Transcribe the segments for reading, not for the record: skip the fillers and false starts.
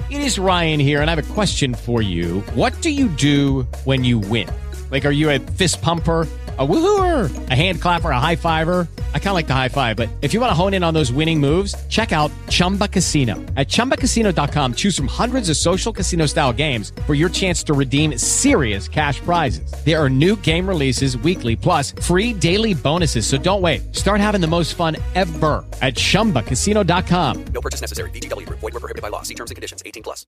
It is Ryan here, and I have a question for you. What do you do when you win? Like, are you a fist pumper, a woohooer, a hand clapper, a high fiver? I kind of like the high five, but if you want to hone in on those winning moves, check out Chumba Casino. At ChumbaCasino.com, choose from hundreds of social casino style games for your chance to redeem serious cash prizes. There are new game releases weekly, plus free daily bonuses. So don't wait. Start having the most fun ever at ChumbaCasino.com. No purchase necessary. VGW Group. Void where prohibited by law. See terms and conditions. 18+.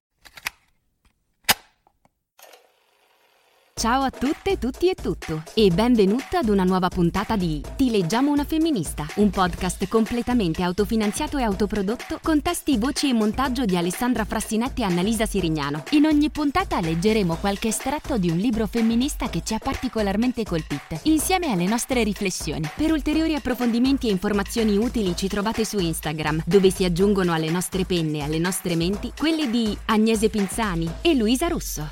Ciao a tutte, tutti e tutto e benvenuto ad una nuova puntata di Ti leggiamo una femminista, un podcast completamente autofinanziato e autoprodotto con testi, voci e montaggio di Alessandra Frassinetti e Annalisa Sirignano. In ogni puntata leggeremo qualche estratto di un libro femminista che ci ha particolarmente colpite, insieme alle nostre riflessioni. Per ulteriori approfondimenti e informazioni utili ci trovate su Instagram, dove si aggiungono alle nostre penne e alle nostre menti quelle di Agnese Pinzani e Luisa Russo.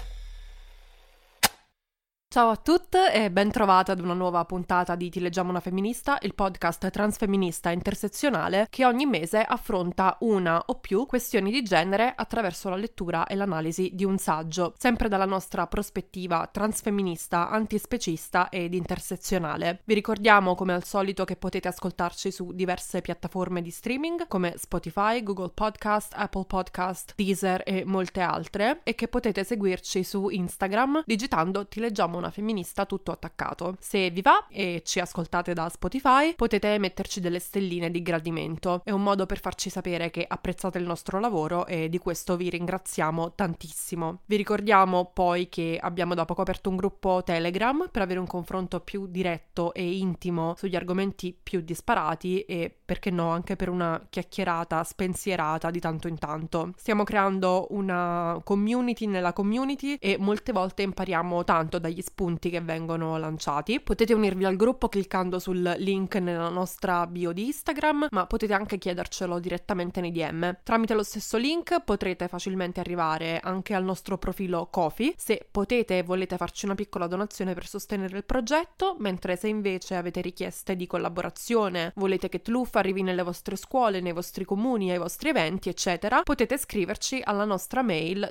Ciao a tutte e ben trovate ad una nuova puntata di Ti leggiamo una femminista, il podcast transfemminista intersezionale che ogni mese affronta una o più questioni di genere attraverso la lettura e l'analisi di un saggio, sempre dalla nostra prospettiva transfemminista, antispecista ed intersezionale. Vi ricordiamo come al solito che potete ascoltarci su diverse piattaforme di streaming come Spotify, Google Podcast, Apple Podcast, Deezer e molte altre, e che potete seguirci su Instagram digitando Ti leggiamo una femminista tutto attaccato. Se vi va e ci ascoltate da Spotify, potete metterci delle stelline di gradimento. È un modo per farci sapere che apprezzate il nostro lavoro e di questo vi ringraziamo tantissimo. Vi ricordiamo poi che abbiamo da poco aperto un gruppo Telegram per avere un confronto più diretto e intimo sugli argomenti più disparati e, perché no, anche per una chiacchierata spensierata di tanto in tanto. Stiamo creando una community nella community e molte volte impariamo tanto dagli spunti che vengono lanciati. Potete unirvi al gruppo cliccando sul link nella nostra bio di Instagram, ma potete anche chiedercelo direttamente nei DM. Tramite lo stesso link potrete facilmente arrivare anche al nostro profilo Ko-fi, se potete e volete farci una piccola donazione per sostenere il progetto, mentre se invece avete richieste di collaborazione, volete che Tloof arrivi nelle vostre scuole, nei vostri comuni, ai vostri eventi, eccetera, potete scriverci alla nostra mail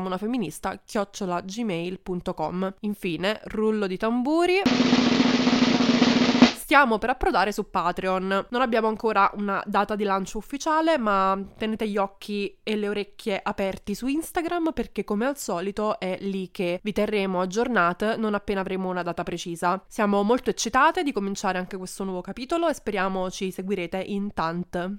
tileggiamounafemminista@gmail.com. Infine, rullo di tamburi, stiamo per approdare su Patreon. Non abbiamo ancora una data di lancio ufficiale, ma tenete gli occhi e le orecchie aperti su Instagram, perché come al solito è lì che vi terremo aggiornate non appena avremo una data precisa. Siamo molto eccitate di cominciare anche questo nuovo capitolo e speriamo ci seguirete in tante.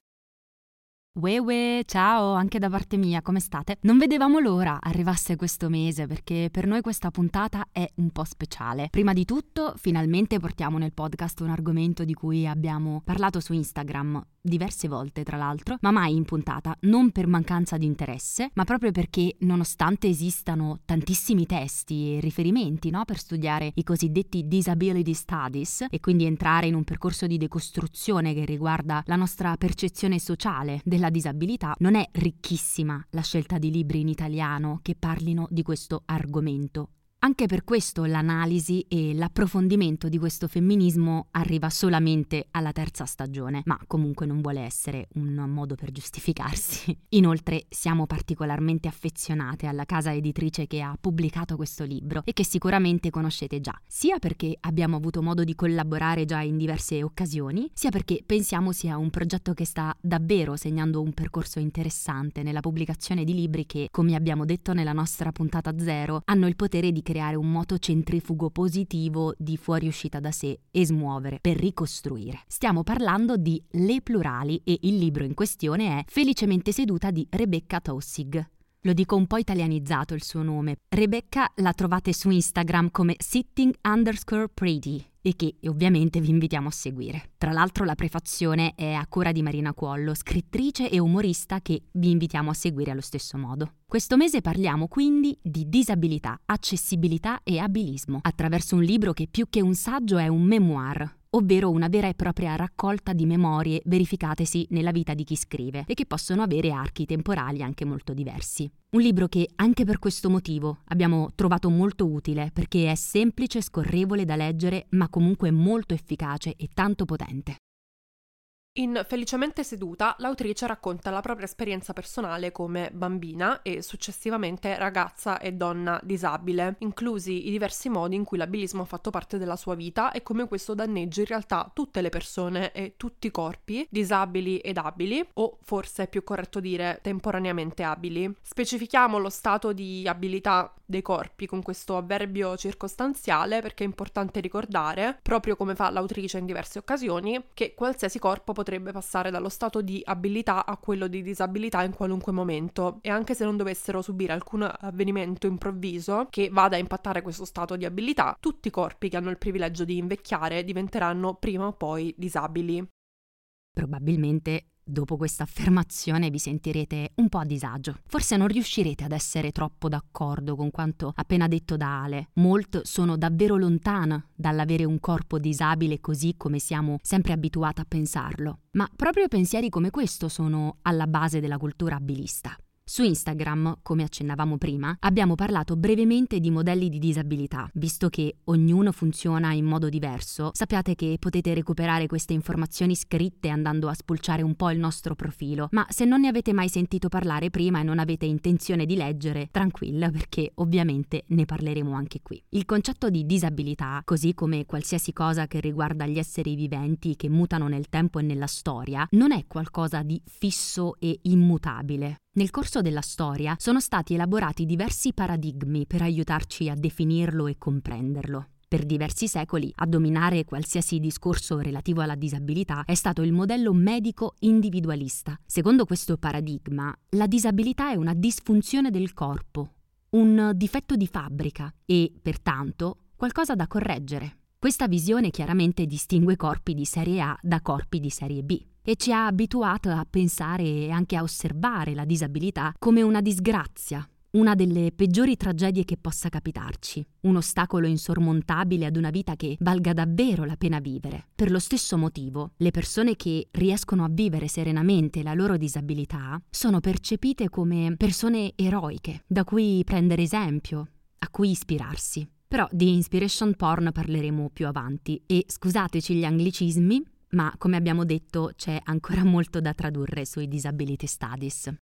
Uè, ciao, anche da parte mia, come state? Non vedevamo l'ora arrivasse questo mese, perché per noi questa puntata è un po' speciale. Prima di tutto, finalmente portiamo nel podcast un argomento di cui abbiamo parlato su Instagram diverse volte, tra l'altro, ma mai in puntata, non per mancanza di interesse, ma proprio perché nonostante esistano tantissimi testi e riferimenti, no, per studiare i cosiddetti disability studies e quindi entrare in un percorso di decostruzione che riguarda la nostra percezione sociale della disabilità, non è ricchissima la scelta di libri in italiano che parlino di questo argomento. Anche per questo l'analisi e l'approfondimento di questo femminismo arriva solamente alla terza stagione, ma comunque non vuole essere un modo per giustificarsi. Inoltre siamo particolarmente affezionate alla casa editrice che ha pubblicato questo libro e che sicuramente conoscete già, sia perché abbiamo avuto modo di collaborare già in diverse occasioni, sia perché pensiamo sia un progetto che sta davvero segnando un percorso interessante nella pubblicazione di libri che, come abbiamo detto nella nostra puntata 0, hanno il potere di creare un moto centrifugo positivo di fuoriuscita da sé e smuovere per ricostruire. Stiamo parlando di Le Plurali e il libro in questione è Felicemente seduta di Rebecca Taussig. Lo dico un po' italianizzato il suo nome. Rebecca la trovate su Instagram come sitting_pretty e che ovviamente vi invitiamo a seguire. Tra l'altro la prefazione è a cura di Marina Cuollo, scrittrice e umorista che vi invitiamo a seguire allo stesso modo. Questo mese parliamo quindi di disabilità, accessibilità e abilismo, attraverso un libro che più che un saggio è un memoir, ovvero una vera e propria raccolta di memorie verificatesi nella vita di chi scrive e che possono avere archi temporali anche molto diversi. Un libro che anche per questo motivo abbiamo trovato molto utile, perché è semplice, scorrevole da leggere, ma comunque molto efficace e tanto potente. In Felicemente seduta, l'autrice racconta la propria esperienza personale come bambina e successivamente ragazza e donna disabile, inclusi i diversi modi in cui l'abilismo ha fatto parte della sua vita e come questo danneggia in realtà tutte le persone e tutti i corpi, disabili ed abili, o forse è più corretto dire temporaneamente abili. Specifichiamo lo stato di abilità dei corpi con questo avverbio circostanziale perché è importante ricordare, proprio come fa l'autrice in diverse occasioni, che qualsiasi corpo potrebbe passare dallo stato di abilità a quello di disabilità in qualunque momento, e anche se non dovessero subire alcun avvenimento improvviso che vada a impattare questo stato di abilità, tutti i corpi che hanno il privilegio di invecchiare diventeranno prima o poi disabili. Probabilmente dopo questa affermazione vi sentirete un po' a disagio. Forse non riuscirete ad essere troppo d'accordo con quanto appena detto da Ale. Molto sono davvero lontana dall'avere un corpo disabile così come siamo sempre abituati a pensarlo. Ma proprio pensieri come questo sono alla base della cultura abilista. Su Instagram, come accennavamo prima, abbiamo parlato brevemente di modelli di disabilità. Visto che ognuno funziona in modo diverso, sappiate che potete recuperare queste informazioni scritte andando a spulciare un po' il nostro profilo. Ma se non ne avete mai sentito parlare prima e non avete intenzione di leggere, tranquilla, perché ovviamente ne parleremo anche qui. Il concetto di disabilità, così come qualsiasi cosa che riguarda gli esseri viventi che mutano nel tempo e nella storia, non è qualcosa di fisso e immutabile. Nel corso della storia sono stati elaborati diversi paradigmi per aiutarci a definirlo e comprenderlo. Per diversi secoli, a dominare qualsiasi discorso relativo alla disabilità è stato il modello medico individualista. Secondo questo paradigma, la disabilità è una disfunzione del corpo, un difetto di fabbrica e, pertanto, qualcosa da correggere. Questa visione chiaramente distingue corpi di serie A da corpi di serie B e ci ha abituato a pensare e anche a osservare la disabilità come una disgrazia, una delle peggiori tragedie che possa capitarci, un ostacolo insormontabile ad una vita che valga davvero la pena vivere. Per lo stesso motivo, le persone che riescono a vivere serenamente la loro disabilità sono percepite come persone eroiche, da cui prendere esempio, a cui ispirarsi. Però di inspiration porn parleremo più avanti e scusateci gli anglicismi, ma come abbiamo detto c'è ancora molto da tradurre sui disability studies.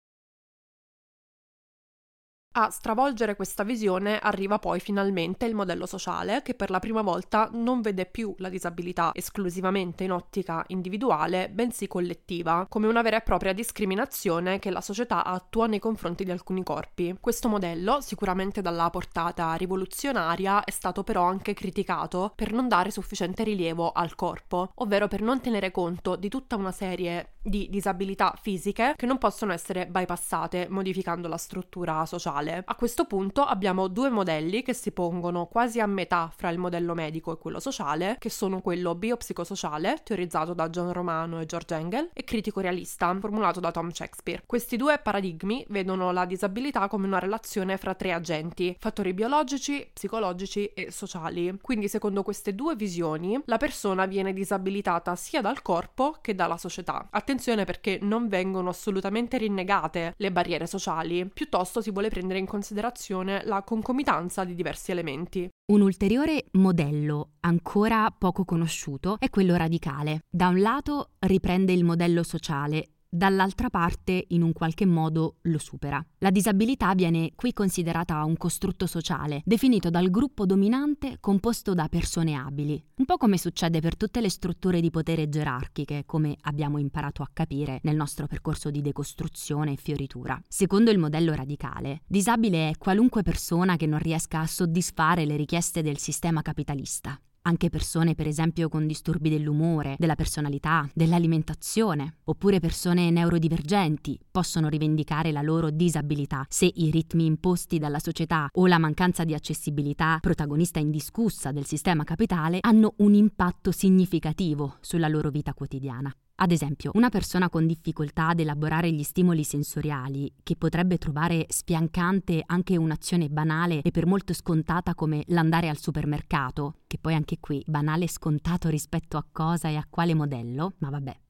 A stravolgere questa visione arriva poi finalmente il modello sociale, che per la prima volta non vede più la disabilità esclusivamente in ottica individuale, bensì collettiva, come una vera e propria discriminazione che la società attua nei confronti di alcuni corpi. Questo modello, sicuramente dalla portata rivoluzionaria, è stato però anche criticato per non dare sufficiente rilievo al corpo, ovvero per non tenere conto di tutta una serie di disabilità fisiche che non possono essere bypassate modificando la struttura sociale. A questo punto abbiamo due modelli che si pongono quasi a metà fra il modello medico e quello sociale, che sono quello biopsicosociale, teorizzato da John Romano e George Engel, e critico-realista, formulato da Tom Shakespeare. Questi due paradigmi vedono la disabilità come una relazione fra tre agenti: fattori biologici, psicologici e sociali. Quindi, secondo queste due visioni, la persona viene disabilitata sia dal corpo che dalla società. Attenzione, perché non vengono assolutamente rinnegate le barriere sociali, piuttosto si vuole prendere in considerazione la concomitanza di diversi elementi. Un ulteriore modello ancora poco conosciuto è quello radicale. Da un lato riprende il modello sociale, dall'altra parte in un qualche modo lo supera. La disabilità viene qui considerata un costrutto sociale, definito dal gruppo dominante composto da persone abili, un po' come succede per tutte le strutture di potere gerarchiche, come abbiamo imparato a capire nel nostro percorso di decostruzione e fioritura. Secondo il modello radicale, disabile è qualunque persona che non riesca a soddisfare le richieste del sistema capitalista. Anche persone, per esempio, con disturbi dell'umore, della personalità, dell'alimentazione, oppure persone neurodivergenti possono rivendicare la loro disabilità se i ritmi imposti dalla società o la mancanza di accessibilità, protagonista indiscussa del sistema capitale, hanno un impatto significativo sulla loro vita quotidiana. Ad esempio, una persona con difficoltà ad elaborare gli stimoli sensoriali, che potrebbe trovare spiancante anche un'azione banale e per molto scontata come l'andare al supermercato, che poi anche qui banale e scontato rispetto a cosa e a quale modello, ma vabbè.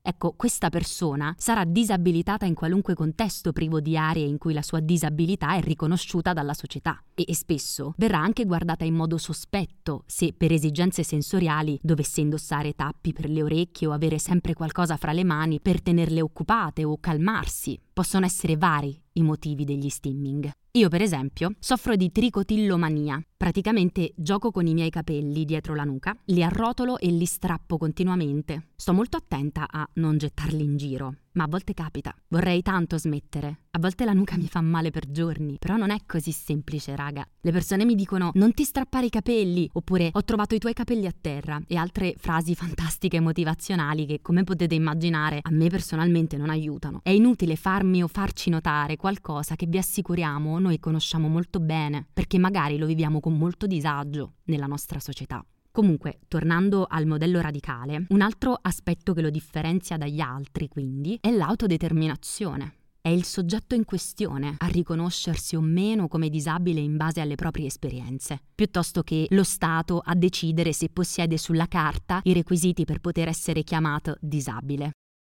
Ecco, questa persona sarà disabilitata in qualunque contesto privo di aree in cui la sua disabilità è riconosciuta dalla società e spesso verrà anche guardata in modo sospetto se per esigenze sensoriali dovesse indossare tappi per le orecchie o avere sempre qualcosa fra le mani per tenerle occupate o calmarsi. Possono essere vari i motivi degli stimming. Io, per esempio, soffro di tricotillomania. Praticamente gioco con i miei capelli dietro la nuca, li arrotolo e li strappo continuamente. Sto molto attenta a non gettarli in giro, ma a volte capita. Vorrei tanto smettere. A volte la nuca mi fa male per giorni, però non è così semplice, raga. Le persone mi dicono non ti strappare i capelli, oppure ho trovato i tuoi capelli a terra, e altre frasi fantastiche e motivazionali che, come potete immaginare, a me personalmente non aiutano. È inutile farmi o farci notare qualcosa che vi assicuriamo noi conosciamo molto bene, perché magari lo viviamo con molto disagio nella nostra società. Comunque, tornando al modello radicale, un altro aspetto che lo differenzia dagli altri, quindi, è l'autodeterminazione. È il soggetto in questione a riconoscersi o meno come disabile in base alle proprie esperienze, piuttosto che lo Stato a decidere se possiede sulla carta i requisiti per poter essere chiamato disabile.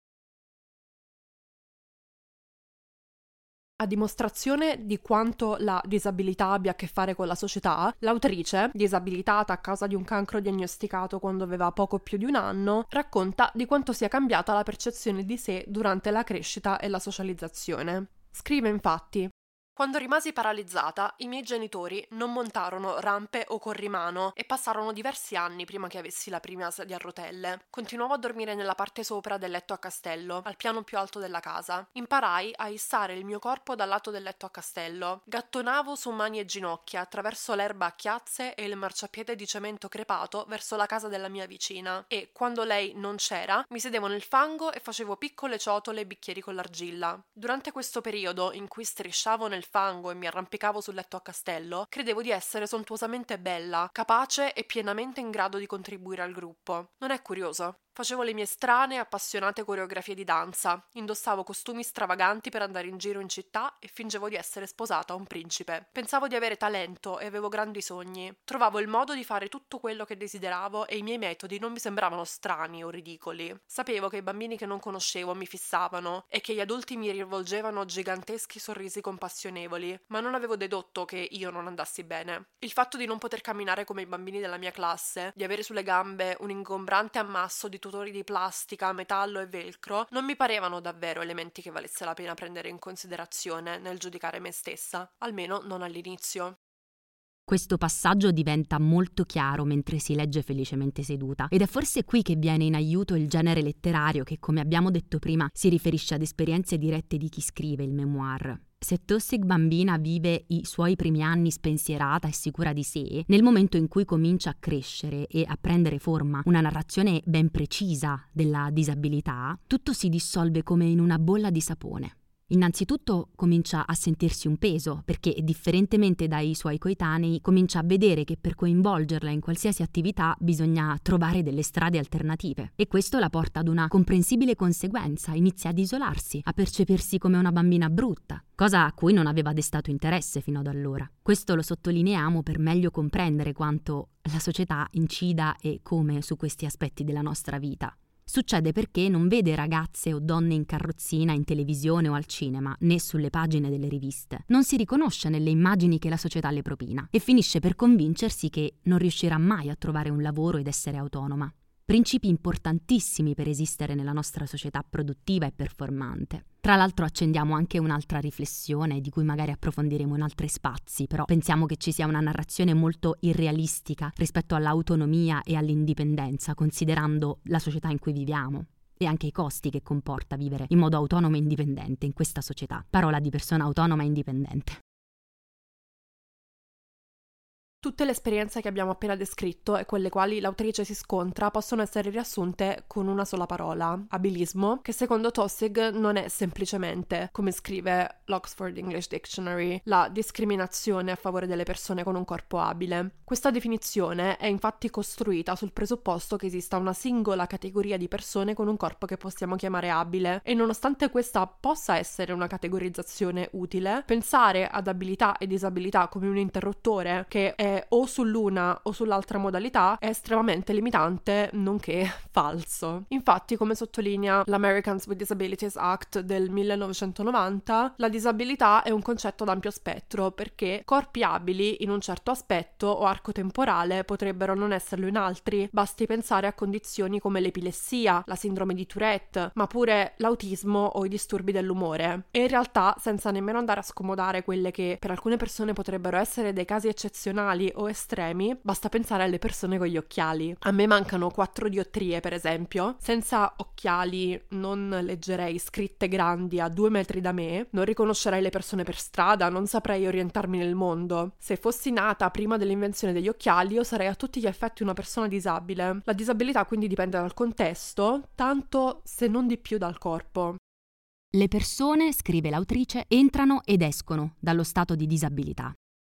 A dimostrazione di quanto la disabilità abbia a che fare con la società, l'autrice, disabilitata a causa di un cancro diagnosticato quando aveva poco più di un anno, racconta di quanto sia cambiata la percezione di sé durante la crescita e la socializzazione. Scrive infatti: quando rimasi paralizzata, i miei genitori non montarono rampe o corrimano e passarono diversi anni prima che avessi la prima sedia a rotelle. Continuavo a dormire nella parte sopra del letto a castello, al piano più alto della casa. Imparai a issare il mio corpo dal lato del letto a castello. Gattonavo su mani e ginocchia attraverso l'erba a chiazze e il marciapiede di cemento crepato verso la casa della mia vicina e, quando lei non c'era, mi sedevo nel fango e facevo piccole ciotole e bicchieri con l'argilla. Durante questo periodo, in cui strisciavo nel fango e mi arrampicavo sul letto a castello, credevo di essere sontuosamente bella, capace e pienamente in grado di contribuire al gruppo. Non è curioso? Facevo le mie strane e appassionate coreografie di danza, indossavo costumi stravaganti per andare in giro in città e fingevo di essere sposata a un principe. Pensavo di avere talento e avevo grandi sogni. Trovavo il modo di fare tutto quello che desideravo e i miei metodi non mi sembravano strani o ridicoli. Sapevo che i bambini che non conoscevo mi fissavano e che gli adulti mi rivolgevano giganteschi sorrisi compassionevoli, ma non avevo dedotto che io non andassi bene. Il fatto di non poter camminare come i bambini della mia classe, di avere sulle gambe un ingombrante ammasso di tutori di plastica, metallo e velcro, non mi parevano davvero elementi che valesse la pena prendere in considerazione nel giudicare me stessa, almeno non all'inizio. Questo passaggio diventa molto chiaro mentre si legge Felicemente seduta, ed è forse qui che viene in aiuto il genere letterario che, come abbiamo detto prima, si riferisce ad esperienze dirette di chi scrive il memoir. Se Toxic Bambina vive i suoi primi anni spensierata e sicura di sé, nel momento in cui comincia a crescere e a prendere forma una narrazione ben precisa della disabilità, tutto si dissolve come in una bolla di sapone. Innanzitutto comincia a sentirsi un peso, perché differentemente dai suoi coetanei comincia a vedere che per coinvolgerla in qualsiasi attività bisogna trovare delle strade alternative, e questo la porta ad una comprensibile conseguenza: inizia ad isolarsi, a percepirsi come una bambina brutta, cosa a cui non aveva destato interesse fino ad allora. Questo lo sottolineiamo per meglio comprendere quanto la società incida e come su questi aspetti della nostra vita. Succede perché non vede ragazze o donne in carrozzina, in televisione o al cinema, né sulle pagine delle riviste. Non si riconosce nelle immagini che la società le propina e finisce per convincersi che non riuscirà mai a trovare un lavoro ed essere autonoma. Principi importantissimi per esistere nella nostra società produttiva e performante. Tra l'altro accendiamo anche un'altra riflessione di cui magari approfondiremo in altri spazi, però pensiamo che ci sia una narrazione molto irrealistica rispetto all'autonomia e all'indipendenza, considerando la società in cui viviamo e anche i costi che comporta vivere in modo autonomo e indipendente in questa società. Parola di persona autonoma e indipendente. Tutte le esperienze che abbiamo appena descritto e quelle quali l'autrice si scontra possono essere riassunte con una sola parola: abilismo, che secondo Taussig non è semplicemente, come scrive l'Oxford English Dictionary, la discriminazione a favore delle persone con un corpo abile. Questa definizione è infatti costruita sul presupposto che esista una singola categoria di persone con un corpo che possiamo chiamare abile, e nonostante questa possa essere una categorizzazione utile, pensare ad abilità e disabilità come un interruttore che è dire o sull'una o sull'altra modalità è estremamente limitante, nonché falso. Infatti, come sottolinea l'Americans with Disabilities Act del 1990, la disabilità è un concetto ad ampio spettro, perché corpi abili in un certo aspetto o arco temporale potrebbero non esserlo in altri. Basti pensare a condizioni come l'epilessia, la sindrome di Tourette, ma pure l'autismo o i disturbi dell'umore. E in realtà, senza nemmeno andare a scomodare quelle che per alcune persone potrebbero essere dei casi eccezionali o estremi, basta pensare alle persone con gli occhiali. A me mancano 4 diottrie, per esempio. Senza occhiali non leggerei scritte grandi a 2 metri da me, non riconoscerei le persone per strada, non saprei orientarmi nel mondo. Se fossi nata prima dell'invenzione degli occhiali, io sarei a tutti gli effetti una persona disabile. La disabilità quindi dipende dal contesto, tanto se non di più dal corpo. Le persone, scrive l'autrice, entrano ed escono dallo stato di disabilità.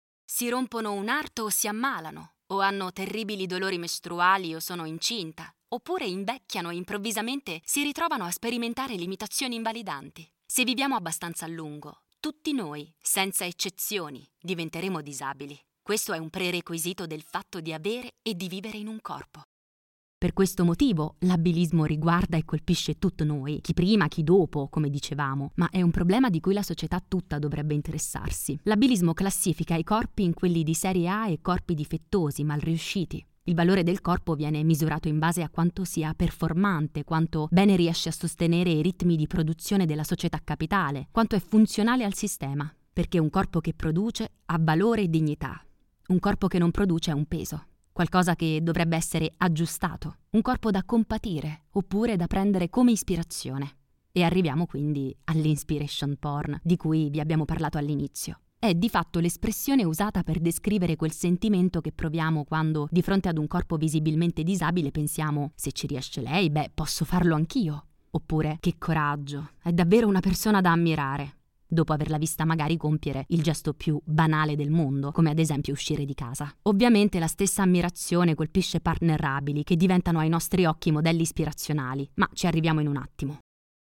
Si rompono un arto o si ammalano, o hanno terribili dolori mestruali o sono incinta, oppure invecchiano e improvvisamente si ritrovano a sperimentare limitazioni invalidanti. Se viviamo abbastanza a lungo, tutti noi, senza eccezioni, diventeremo disabili. Questo è un prerequisito del fatto di avere e di vivere in un corpo. Per questo motivo l'abilismo riguarda e colpisce tutto noi, chi prima, chi dopo, come dicevamo, ma è un problema di cui la società tutta dovrebbe interessarsi. L'abilismo classifica i corpi in quelli di serie A e corpi difettosi, mal riusciti. Il valore del corpo viene misurato in base a quanto sia performante, quanto bene riesce a sostenere i ritmi di produzione della società capitale, quanto è funzionale al sistema, perché un corpo che produce ha valore e dignità. Un corpo che non produce è un peso. Qualcosa che dovrebbe essere aggiustato, un corpo da compatire oppure da prendere come ispirazione. E arriviamo quindi all'inspiration porn di cui vi abbiamo parlato all'inizio. È di fatto l'espressione usata per descrivere quel sentimento che proviamo quando di fronte ad un corpo visibilmente disabile pensiamo: se ci riesce lei, posso farlo anch'io. Oppure: che coraggio, è davvero una persona da ammirare. Dopo averla vista magari compiere il gesto più banale del mondo, come ad esempio uscire di casa. Ovviamente la stessa ammirazione colpisce partner abili, che diventano ai nostri occhi modelli ispirazionali, ma ci arriviamo in un attimo.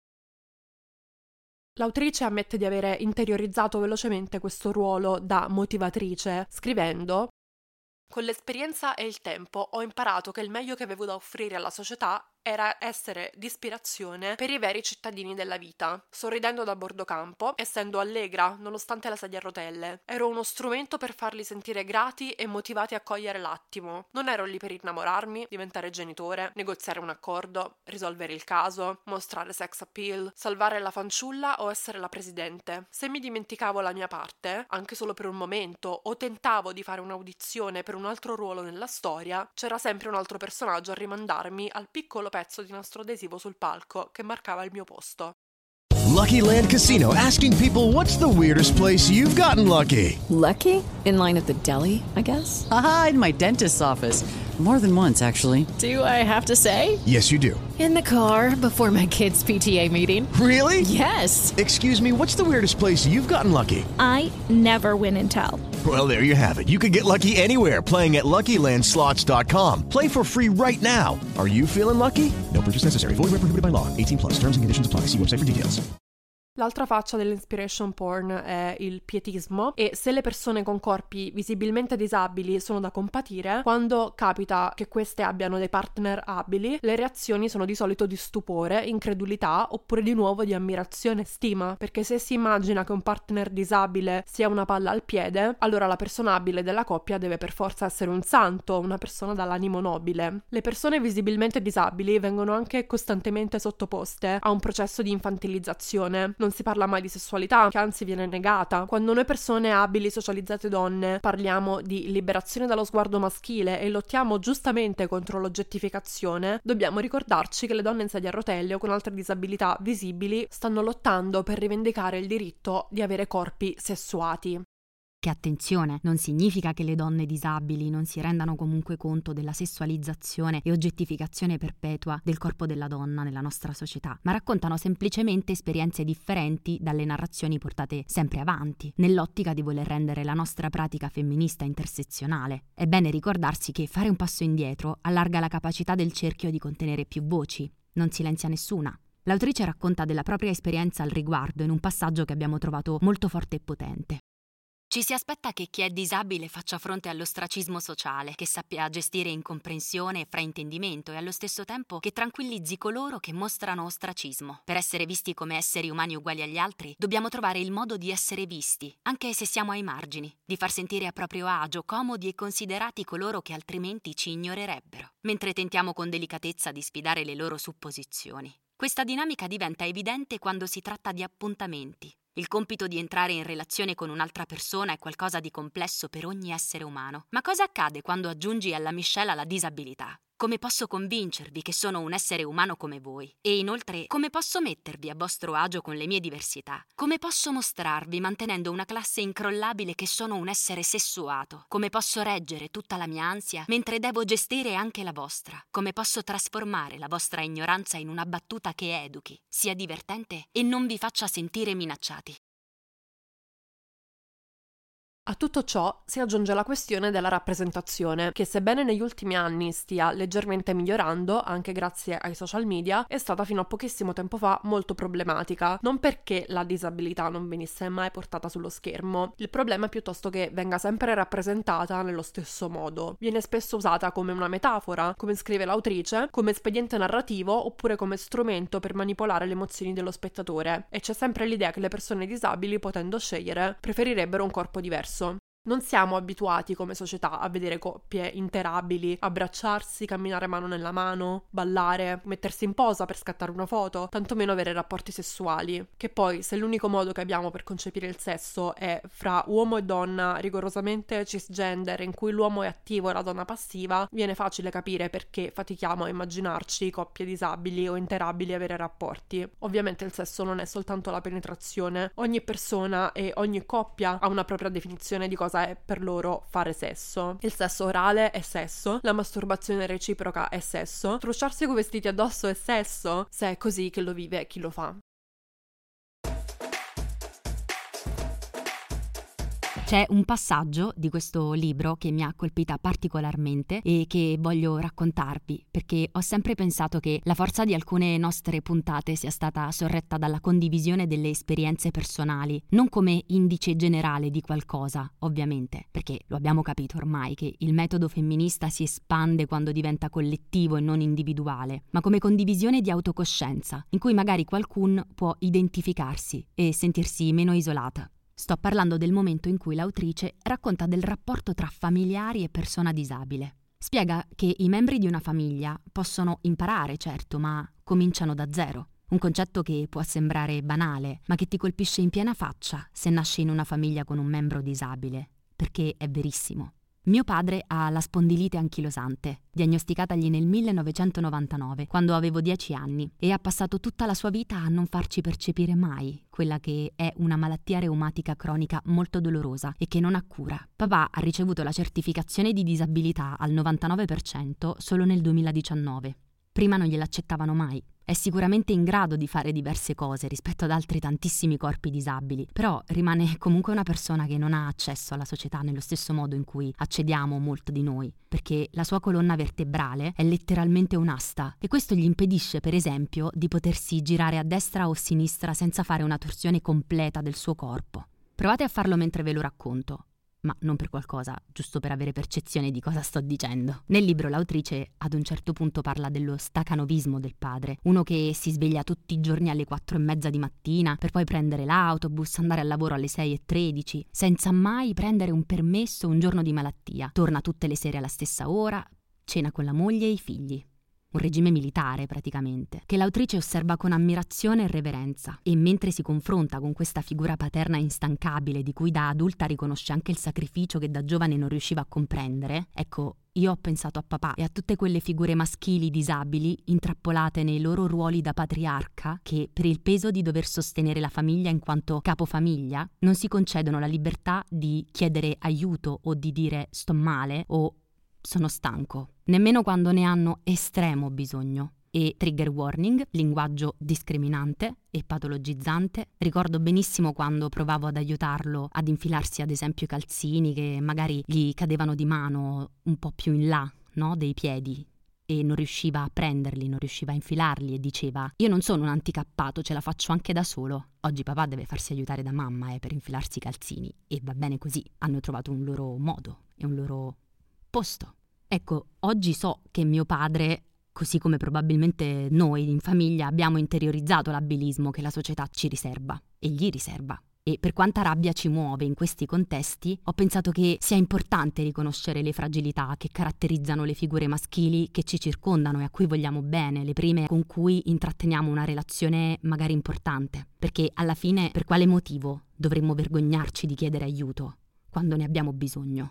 L'autrice ammette di avere interiorizzato velocemente questo ruolo da motivatrice, scrivendo: con l'esperienza e il tempo ho imparato che il meglio che avevo da offrire alla società era essere di ispirazione per i veri cittadini della vita, sorridendo da bordo campo, essendo allegra nonostante la sedia a rotelle. Ero uno strumento per farli sentire grati e motivati a cogliere l'attimo. Non ero lì per innamorarmi, diventare genitore, negoziare un accordo, risolvere il caso, mostrare sex appeal, salvare la fanciulla o essere la presidente. Se mi dimenticavo la mia parte, anche solo per un momento, o tentavo di fare un'audizione per un altro ruolo nella storia, c'era sempre un altro personaggio a rimandarmi al piccolo pezzo di nastro adesivo sul palco che marcava il mio posto. Lucky Land Casino, asking people, what's the weirdest place you've gotten lucky? Lucky? In line at the deli, I guess? Aha, in my dentist's office. More than once, actually. Do I have to say? Yes, you do. In the car before my kids' PTA meeting. Really? Yes. Excuse me, what's the weirdest place you've gotten lucky? I never win and tell. Well, there you have it. You can get lucky anywhere, playing at LuckyLandSlots.com. Play for free right now. Are you feeling lucky? No purchase necessary. Void where prohibited by law. 18+. Terms and conditions apply. See website for details. L'altra faccia dell'inspiration porn è il pietismo, e se le persone con corpi visibilmente disabili sono da compatire, quando capita che queste abbiano dei partner abili, le reazioni sono di solito di stupore, incredulità oppure di nuovo di ammirazione e stima, perché se si immagina che un partner disabile sia una palla al piede, allora la persona abile della coppia deve per forza essere un santo, una persona dall'animo nobile. Le persone visibilmente disabili vengono anche costantemente sottoposte a un processo di infantilizzazione. Non si parla mai di sessualità, che anzi viene negata. Quando noi persone abili, socializzate donne, parliamo di liberazione dallo sguardo maschile e lottiamo giustamente contro l'oggettificazione, dobbiamo ricordarci che le donne in sedia a rotelle o con altre disabilità visibili stanno lottando per rivendicare il diritto di avere corpi sessuati. Che attenzione, non significa che le donne disabili non si rendano comunque conto della sessualizzazione e oggettificazione perpetua del corpo della donna nella nostra società, ma raccontano semplicemente esperienze differenti dalle narrazioni portate sempre avanti, nell'ottica di voler rendere la nostra pratica femminista intersezionale. È bene ricordarsi che fare un passo indietro allarga la capacità del cerchio di contenere più voci, non silenzia nessuna. L'autrice racconta della propria esperienza al riguardo in un passaggio che abbiamo trovato molto forte e potente. Ci si aspetta che chi è disabile faccia fronte all'ostracismo sociale, che sappia gestire incomprensione e fraintendimento e allo stesso tempo che tranquillizzi coloro che mostrano ostracismo. Per essere visti come esseri umani uguali agli altri, dobbiamo trovare il modo di essere visti, anche se siamo ai margini, di far sentire a proprio agio, comodi e considerati coloro che altrimenti ci ignorerebbero, mentre tentiamo con delicatezza di sfidare le loro supposizioni. Questa dinamica diventa evidente quando si tratta di appuntamenti. Il compito di entrare in relazione con un'altra persona è qualcosa di complesso per ogni essere umano. Ma cosa accade quando aggiungi alla miscela la disabilità? Come posso convincervi che sono un essere umano come voi? E inoltre, come posso mettervi a vostro agio con le mie diversità? Come posso mostrarvi, mantenendo una classe incrollabile, che sono un essere sessuato? Come posso reggere tutta la mia ansia mentre devo gestire anche la vostra? Come posso trasformare la vostra ignoranza in una battuta che educhi, sia divertente e non vi faccia sentire minacciati? A tutto ciò si aggiunge la questione della rappresentazione, che sebbene negli ultimi anni stia leggermente migliorando, anche grazie ai social media, è stata fino a pochissimo tempo fa molto problematica. Non perché la disabilità non venisse mai portata sullo schermo, il problema è piuttosto che venga sempre rappresentata nello stesso modo. Viene spesso usata come una metafora, come scrive l'autrice, come espediente narrativo oppure come strumento per manipolare le emozioni dello spettatore, e c'è sempre l'idea che le persone disabili, potendo scegliere, preferirebbero un corpo diverso. Non siamo abituati come società a vedere coppie interabili abbracciarsi, camminare mano nella mano, ballare, mettersi in posa per scattare una foto, tantomeno avere rapporti sessuali. Che poi, se l'unico modo che abbiamo per concepire il sesso è fra uomo e donna rigorosamente cisgender, in cui l'uomo è attivo e la donna passiva, viene facile capire perché fatichiamo a immaginarci coppie disabili o interabili avere rapporti. Ovviamente il sesso non è soltanto la penetrazione. Ogni persona e ogni coppia ha una propria definizione di cosa è per loro fare sesso. Il sesso orale è sesso, la masturbazione reciproca è sesso, strusciarsi coi vestiti addosso è sesso, se è così che lo vive chi lo fa. C'è un passaggio di questo libro che mi ha colpita particolarmente e che voglio raccontarvi, perché ho sempre pensato che la forza di alcune nostre puntate sia stata sorretta dalla condivisione delle esperienze personali, non come indice generale di qualcosa, ovviamente, perché lo abbiamo capito ormai che il metodo femminista si espande quando diventa collettivo e non individuale, ma come condivisione di autocoscienza, in cui magari qualcuno può identificarsi e sentirsi meno isolata. Sto parlando del momento in cui l'autrice racconta del rapporto tra familiari e persona disabile. Spiega che i membri di una famiglia possono imparare, certo, ma cominciano da zero. Un concetto che può sembrare banale, ma che ti colpisce in piena faccia se nasci in una famiglia con un membro disabile, perché è verissimo. Mio padre ha la spondilite anchilosante, diagnosticatagli nel 1999, quando avevo 10 anni, e ha passato tutta la sua vita a non farci percepire mai quella che è una malattia reumatica cronica molto dolorosa e che non ha cura. Papà ha ricevuto la certificazione di disabilità al 99% solo nel 2019. Prima non gliel'accettavano mai. È sicuramente in grado di fare diverse cose rispetto ad altri tantissimi corpi disabili, però rimane comunque una persona che non ha accesso alla società nello stesso modo in cui accediamo molto di noi, perché la sua colonna vertebrale è letteralmente un'asta e questo gli impedisce, per esempio, di potersi girare a destra o a sinistra senza fare una torsione completa del suo corpo. Provate a farlo mentre ve lo racconto. Ma non per qualcosa, giusto per avere percezione di cosa sto dicendo. Nel libro l'autrice ad un certo punto parla dello stacanovismo del padre, uno che si sveglia tutti i giorni alle 4:30 di mattina per poi prendere l'autobus, andare al lavoro alle 6:13, senza mai prendere un permesso un giorno di malattia. Torna tutte le sere alla stessa ora, cena con la moglie e i figli. Un regime militare praticamente, che l'autrice osserva con ammirazione e reverenza, e mentre si confronta con questa figura paterna instancabile di cui da adulta riconosce anche il sacrificio che da giovane non riusciva a comprendere, ecco, io ho pensato a papà e a tutte quelle figure maschili disabili intrappolate nei loro ruoli da patriarca che, per il peso di dover sostenere la famiglia in quanto capofamiglia, non si concedono la libertà di chiedere aiuto o di dire sto male o sono stanco, nemmeno quando ne hanno estremo bisogno. E trigger warning, linguaggio discriminante e patologizzante. Ricordo benissimo quando provavo ad aiutarlo ad infilarsi ad esempio i calzini che magari gli cadevano di mano un po' più in là, no, dei piedi. e non riusciva a prenderli, non riusciva a infilarli e diceva: io non sono un anticappato, ce la faccio anche da solo. Oggi papà deve farsi aiutare da mamma per infilarsi i calzini e va bene così, hanno trovato un loro modo e un loro posto. Ecco, oggi so che mio padre, così come probabilmente noi in famiglia, abbiamo interiorizzato l'abilismo che la società ci riserva e gli riserva. E per quanta rabbia ci muove in questi contesti, ho pensato che sia importante riconoscere le fragilità che caratterizzano le figure maschili che ci circondano e a cui vogliamo bene, le prime con cui intratteniamo una relazione magari importante. Perché alla fine, per quale motivo dovremmo vergognarci di chiedere aiuto quando ne abbiamo bisogno?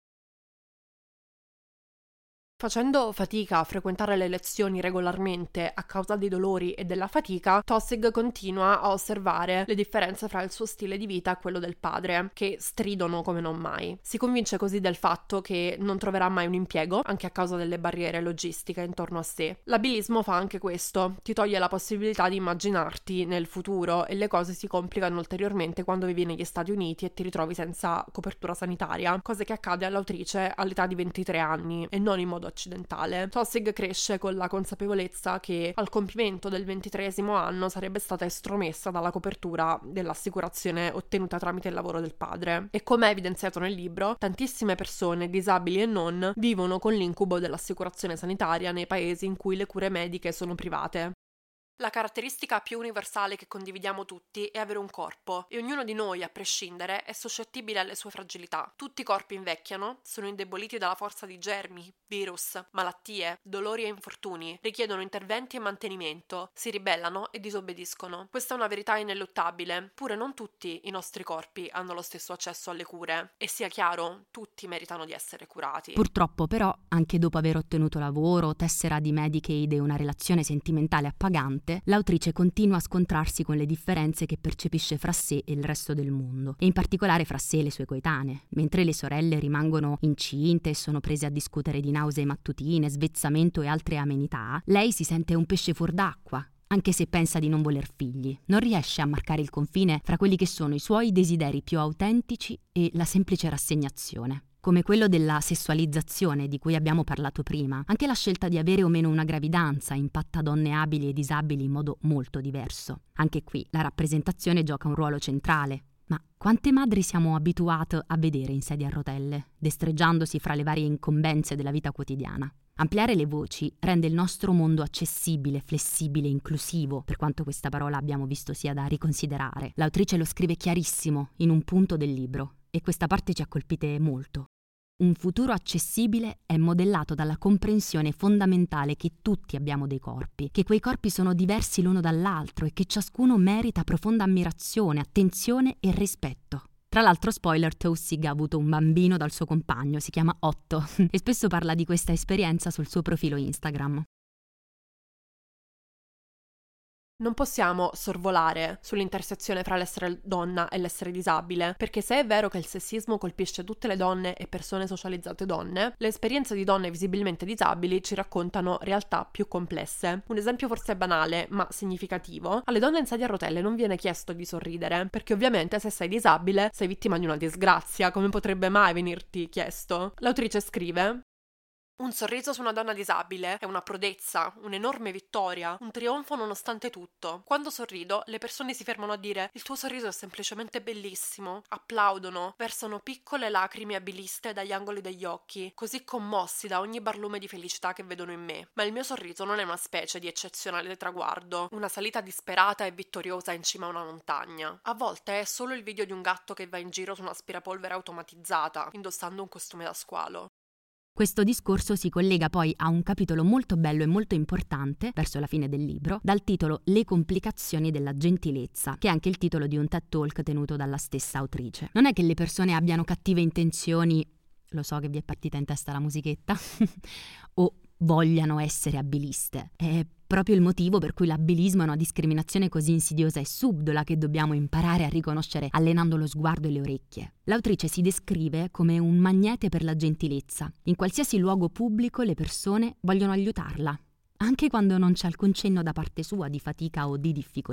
Facendo fatica a frequentare le lezioni regolarmente a causa dei dolori e della fatica, Taussig continua a osservare le differenze fra il suo stile di vita e quello del padre, che stridono come non mai. Si convince così del fatto che non troverà mai un impiego, anche a causa delle barriere logistiche intorno a sé. L'abilismo fa anche questo, ti toglie la possibilità di immaginarti nel futuro e le cose si complicano ulteriormente quando vivi negli Stati Uniti e ti ritrovi senza copertura sanitaria, cosa che accade all'autrice all'età di 23 anni e non in modo occidentale. Taussig cresce con la consapevolezza che al compimento del 23esimo anno sarebbe stata estromessa dalla copertura dell'assicurazione ottenuta tramite il lavoro del padre e, come è evidenziato nel libro, tantissime persone, disabili e non, vivono con l'incubo dell'assicurazione sanitaria nei paesi in cui le cure mediche sono private. La caratteristica più universale che condividiamo tutti è avere un corpo e ognuno di noi, a prescindere, è suscettibile alle sue fragilità. Tutti i corpi invecchiano, sono indeboliti dalla forza di germi, virus, malattie, dolori e infortuni, richiedono interventi e mantenimento, si ribellano e disobbediscono. Questa è una verità ineluttabile, pure non tutti i nostri corpi hanno lo stesso accesso alle cure e, sia chiaro, tutti meritano di essere curati. Purtroppo però, anche dopo aver ottenuto lavoro, tessera di Medicaid e una relazione sentimentale appagante, l'autrice continua a scontrarsi con le differenze che percepisce fra sé e il resto del mondo, e in particolare fra sé e le sue coetanee. Mentre le sorelle rimangono incinte e sono prese a discutere di nausee mattutine, svezzamento e altre amenità, lei si sente un pesce fuor d'acqua, anche se pensa di non voler figli. Non riesce a marcare il confine fra quelli che sono i suoi desideri più autentici e la semplice rassegnazione. Come quello della sessualizzazione di cui abbiamo parlato prima, anche la scelta di avere o meno una gravidanza impatta donne abili e disabili in modo molto diverso. Anche qui la rappresentazione gioca un ruolo centrale. Ma quante madri siamo abituate a vedere in sedia a rotelle, destreggiandosi fra le varie incombenze della vita quotidiana? Ampliare le voci rende il nostro mondo accessibile, flessibile, inclusivo, per quanto questa parola abbiamo visto sia da riconsiderare. L'autrice lo scrive chiarissimo in un punto del libro, e questa parte ci ha colpite molto. Un futuro accessibile è modellato dalla comprensione fondamentale che tutti abbiamo dei corpi, che quei corpi sono diversi l'uno dall'altro e che ciascuno merita profonda ammirazione, attenzione e rispetto. Tra l'altro, spoiler, Taussig ha avuto un bambino dal suo compagno, si chiama Otto, e spesso parla di questa esperienza sul suo profilo Instagram. Non possiamo sorvolare sull'intersezione fra l'essere donna e l'essere disabile, perché se è vero che il sessismo colpisce tutte le donne e persone socializzate donne, le esperienze di donne visibilmente disabili ci raccontano realtà più complesse. Un esempio forse banale, ma significativo: alle donne in sedia a rotelle non viene chiesto di sorridere, perché ovviamente se sei disabile sei vittima di una disgrazia, come potrebbe mai venirti chiesto? L'autrice scrive: un sorriso su una donna disabile è una prodezza, un'enorme vittoria, un trionfo nonostante tutto. Quando sorrido, le persone si fermano a dire «Il tuo sorriso è semplicemente bellissimo», applaudono, versano piccole lacrime abiliste dagli angoli degli occhi, così commossi da ogni barlume di felicità che vedono in me. Ma il mio sorriso non è una specie di eccezionale traguardo, una salita disperata e vittoriosa in cima a una montagna. A volte è solo il video di un gatto che va in giro su un'aspirapolvere automatizzata, indossando un costume da squalo. Questo discorso si collega poi a un capitolo molto bello e molto importante, verso la fine del libro, dal titolo Le complicazioni della gentilezza, che è anche il titolo di un TED Talk tenuto dalla stessa autrice. Non è che le persone abbiano cattive intenzioni, lo so che vi è partita in testa la musichetta, o vogliano essere abiliste. È proprio il motivo per cui l'abilismo è una discriminazione così insidiosa e subdola che dobbiamo imparare a riconoscere allenando lo sguardo e le orecchie. L'autrice si descrive come un magnete per la gentilezza. In qualsiasi luogo pubblico le persone vogliono aiutarla, anche quando non c'è alcun cenno da parte sua di fatica o di difficoltà.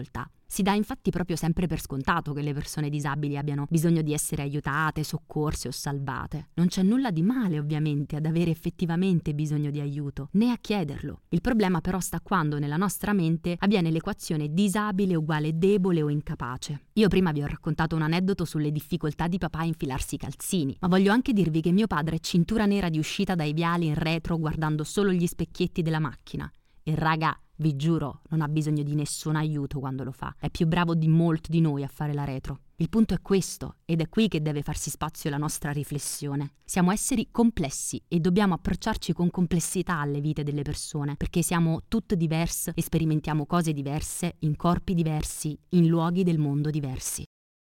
Si dà infatti proprio sempre per scontato che le persone disabili abbiano bisogno di essere aiutate, soccorse o salvate. Non c'è nulla di male, ovviamente, ad avere effettivamente bisogno di aiuto, né a chiederlo. Il problema però sta quando nella nostra mente avviene l'equazione disabile uguale debole o incapace. Io prima vi ho raccontato un aneddoto sulle difficoltà di papà a infilarsi i calzini, ma voglio anche dirvi che mio padre è cintura nera di uscita dai viali in retro guardando solo gli specchietti della macchina. E raga, vi giuro, non ha bisogno di nessun aiuto quando lo fa. È più bravo di molti di noi a fare la retro. Il punto è questo, ed è qui che deve farsi spazio la nostra riflessione. Siamo esseri complessi e dobbiamo approcciarci con complessità alle vite delle persone, perché siamo tutte diverse e sperimentiamo cose diverse, in corpi diversi, in luoghi del mondo diversi.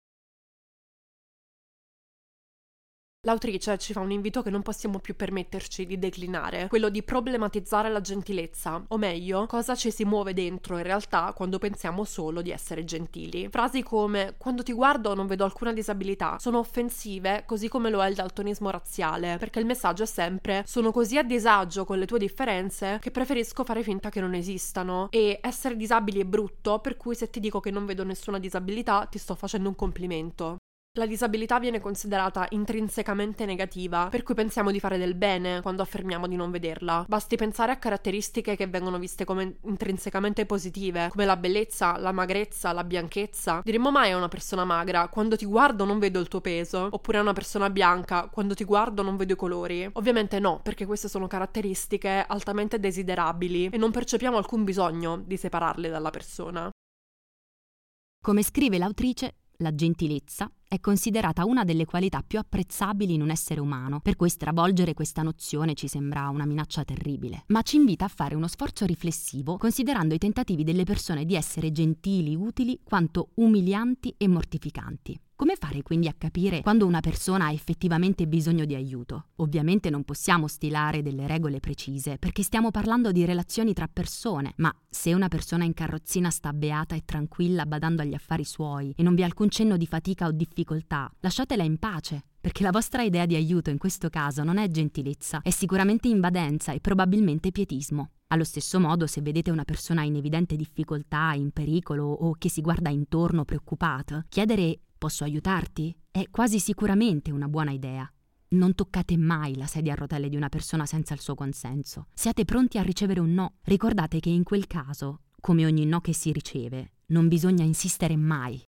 L'autrice ci fa un invito che non possiamo più permetterci di declinare, quello di problematizzare la gentilezza, o meglio, cosa ci si muove dentro in realtà quando pensiamo solo di essere gentili. Frasi come "quando ti guardo non vedo alcuna disabilità" sono offensive, così come lo è il daltonismo razziale, perché il messaggio è sempre "sono così a disagio con le tue differenze che preferisco fare finta che non esistano", e essere disabili è brutto, per cui se ti dico che non vedo nessuna disabilità ti sto facendo un complimento. La disabilità viene considerata intrinsecamente negativa, per cui pensiamo di fare del bene quando affermiamo di non vederla. Basti pensare a caratteristiche che vengono viste come intrinsecamente positive, come la bellezza, la magrezza, la bianchezza. Diremmo mai a una persona magra "quando ti guardo non vedo il tuo peso", oppure a una persona bianca "quando ti guardo non vedo i colori"? Ovviamente no, perché queste sono caratteristiche altamente desiderabili e non percepiamo alcun bisogno di separarle dalla persona. Come scrive l'autrice, la gentilezza è considerata una delle qualità più apprezzabili in un essere umano, per cui stravolgere questa nozione ci sembra una minaccia terribile, ma ci invita a fare uno sforzo riflessivo considerando i tentativi delle persone di essere gentili, utili, quanto umilianti e mortificanti. Come fare quindi a capire quando una persona ha effettivamente bisogno di aiuto? Ovviamente non possiamo stilare delle regole precise, perché stiamo parlando di relazioni tra persone, ma se una persona in carrozzina sta beata e tranquilla badando agli affari suoi e non vi è alcun cenno di fatica o difficoltà, lasciatela in pace, perché la vostra idea di aiuto in questo caso non è gentilezza, è sicuramente invadenza e probabilmente pietismo. Allo stesso modo, se vedete una persona in evidente difficoltà, in pericolo o che si guarda intorno preoccupata, chiedere "posso aiutarti?" è quasi sicuramente una buona idea. Non toccate mai la sedia a rotelle di una persona senza il suo consenso. Siate pronti a ricevere un no. Ricordate che in quel caso, come ogni no che si riceve, non bisogna insistere mai.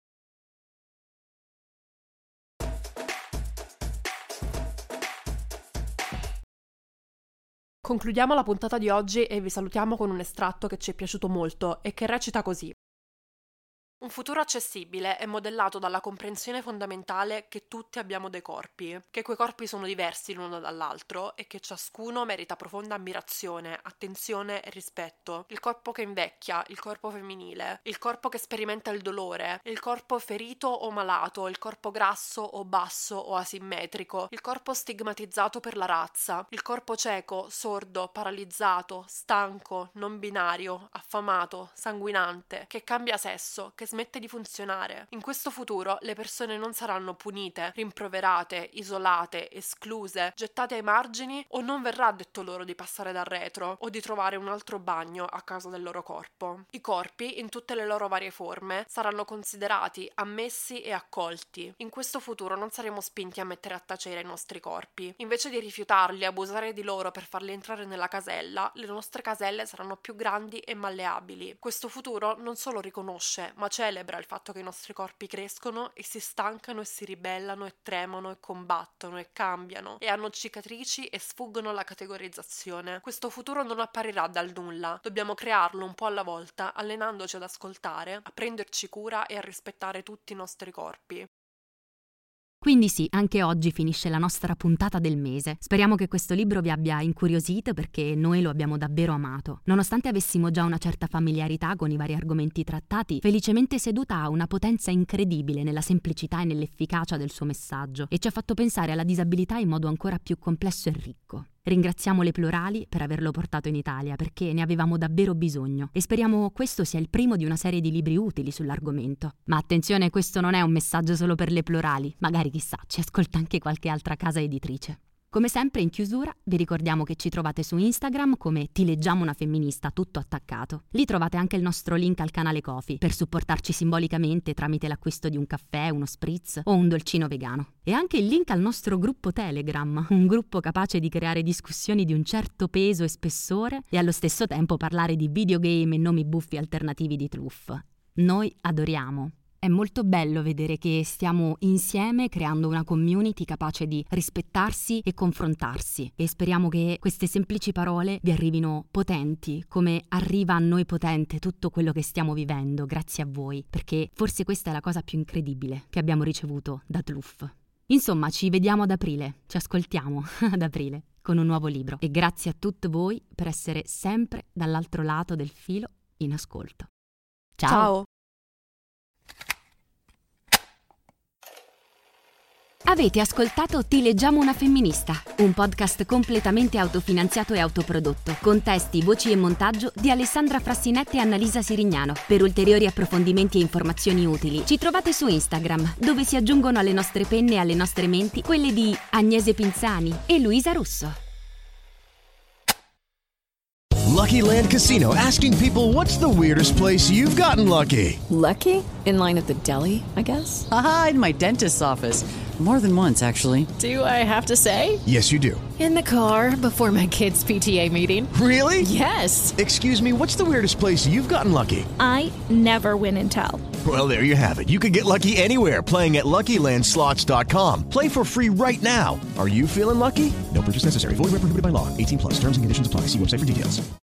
Concludiamo la puntata di oggi e vi salutiamo con un estratto che ci è piaciuto molto e che recita così. Un futuro accessibile è modellato dalla comprensione fondamentale che tutti abbiamo dei corpi, che quei corpi sono diversi l'uno dall'altro e che ciascuno merita profonda ammirazione, attenzione e rispetto. Il corpo che invecchia, il corpo femminile, il corpo che sperimenta il dolore, il corpo ferito o malato, il corpo grasso o basso o asimmetrico, il corpo stigmatizzato per la razza, il corpo cieco, sordo, paralizzato, stanco, non binario, affamato, sanguinante, che cambia sesso, che smette di funzionare. In questo futuro le persone non saranno punite, rimproverate, isolate, escluse, gettate ai margini, o non verrà detto loro di passare dal retro o di trovare un altro bagno a causa del loro corpo. I corpi, in tutte le loro varie forme, saranno considerati, ammessi e accolti. In questo futuro non saremo spinti a mettere a tacere i nostri corpi. Invece di rifiutarli e abusare di loro per farli entrare nella casella, le nostre caselle saranno più grandi e malleabili. Questo futuro non solo riconosce, ma celebra il fatto che i nostri corpi crescono e si stancano e si ribellano e tremano e combattono e cambiano e hanno cicatrici e sfuggono alla categorizzazione. Questo futuro non apparirà dal nulla, dobbiamo crearlo un po' alla volta, allenandoci ad ascoltare, a prenderci cura e a rispettare tutti i nostri corpi. Quindi sì, anche oggi finisce la nostra puntata del mese. Speriamo che questo libro vi abbia incuriosito perché noi lo abbiamo davvero amato. Nonostante avessimo già una certa familiarità con i vari argomenti trattati, Felicemente Seduta ha una potenza incredibile nella semplicità e nell'efficacia del suo messaggio e ci ha fatto pensare alla disabilità in modo ancora più complesso e ricco. Ringraziamo le Plurali per averlo portato in Italia perché ne avevamo davvero bisogno e speriamo questo sia il primo di una serie di libri utili sull'argomento. Ma attenzione, questo non è un messaggio solo per le Plurali, magari chissà, ci ascolta anche qualche altra casa editrice. Come sempre in chiusura vi ricordiamo che ci trovate su Instagram come Ti leggiamo una femminista tutto attaccato. Lì trovate anche il nostro link al canale Ko-fi per supportarci simbolicamente tramite l'acquisto di un caffè, uno spritz o un dolcino vegano. E anche il link al nostro gruppo Telegram, un gruppo capace di creare discussioni di un certo peso e spessore e allo stesso tempo parlare di videogame e nomi buffi alternativi di TLUF. Noi adoriamo. È molto bello vedere che stiamo insieme creando una community capace di rispettarsi e confrontarsi e speriamo che queste semplici parole vi arrivino potenti, come arriva a noi potente tutto quello che stiamo vivendo grazie a voi, perché forse questa è la cosa più incredibile che abbiamo ricevuto da TLUF. Insomma, ci vediamo ad aprile, ci ascoltiamo ad aprile con un nuovo libro e grazie a tutti voi per essere sempre dall'altro lato del filo in ascolto. Ciao! Avete ascoltato Ti leggiamo una femminista, un podcast completamente autofinanziato e autoprodotto, con testi, voci e montaggio di Alessandra Frassinetti e Annalisa Sirignano. Per ulteriori approfondimenti e informazioni utili, ci trovate su Instagram, dove si aggiungono alle nostre penne e alle nostre menti quelle di Agnese Pinzani e Luisa Russo. Lucky Land Casino, asking people, what's the weirdest place you've gotten lucky? Lucky? In line at the deli, I guess? Aha, in my dentist's office. More than once, actually. Do I have to say? Yes, you do. In the car before my kids' PTA meeting. Really? Yes. Excuse me, what's the weirdest place you've gotten lucky? I never win and tell. Well, there you have it. You can get lucky anywhere, playing at LuckyLandSlots.com. Play for free right now. Are you feeling lucky? No purchase necessary. Void where prohibited by law. 18+. Terms and conditions apply. See website for details.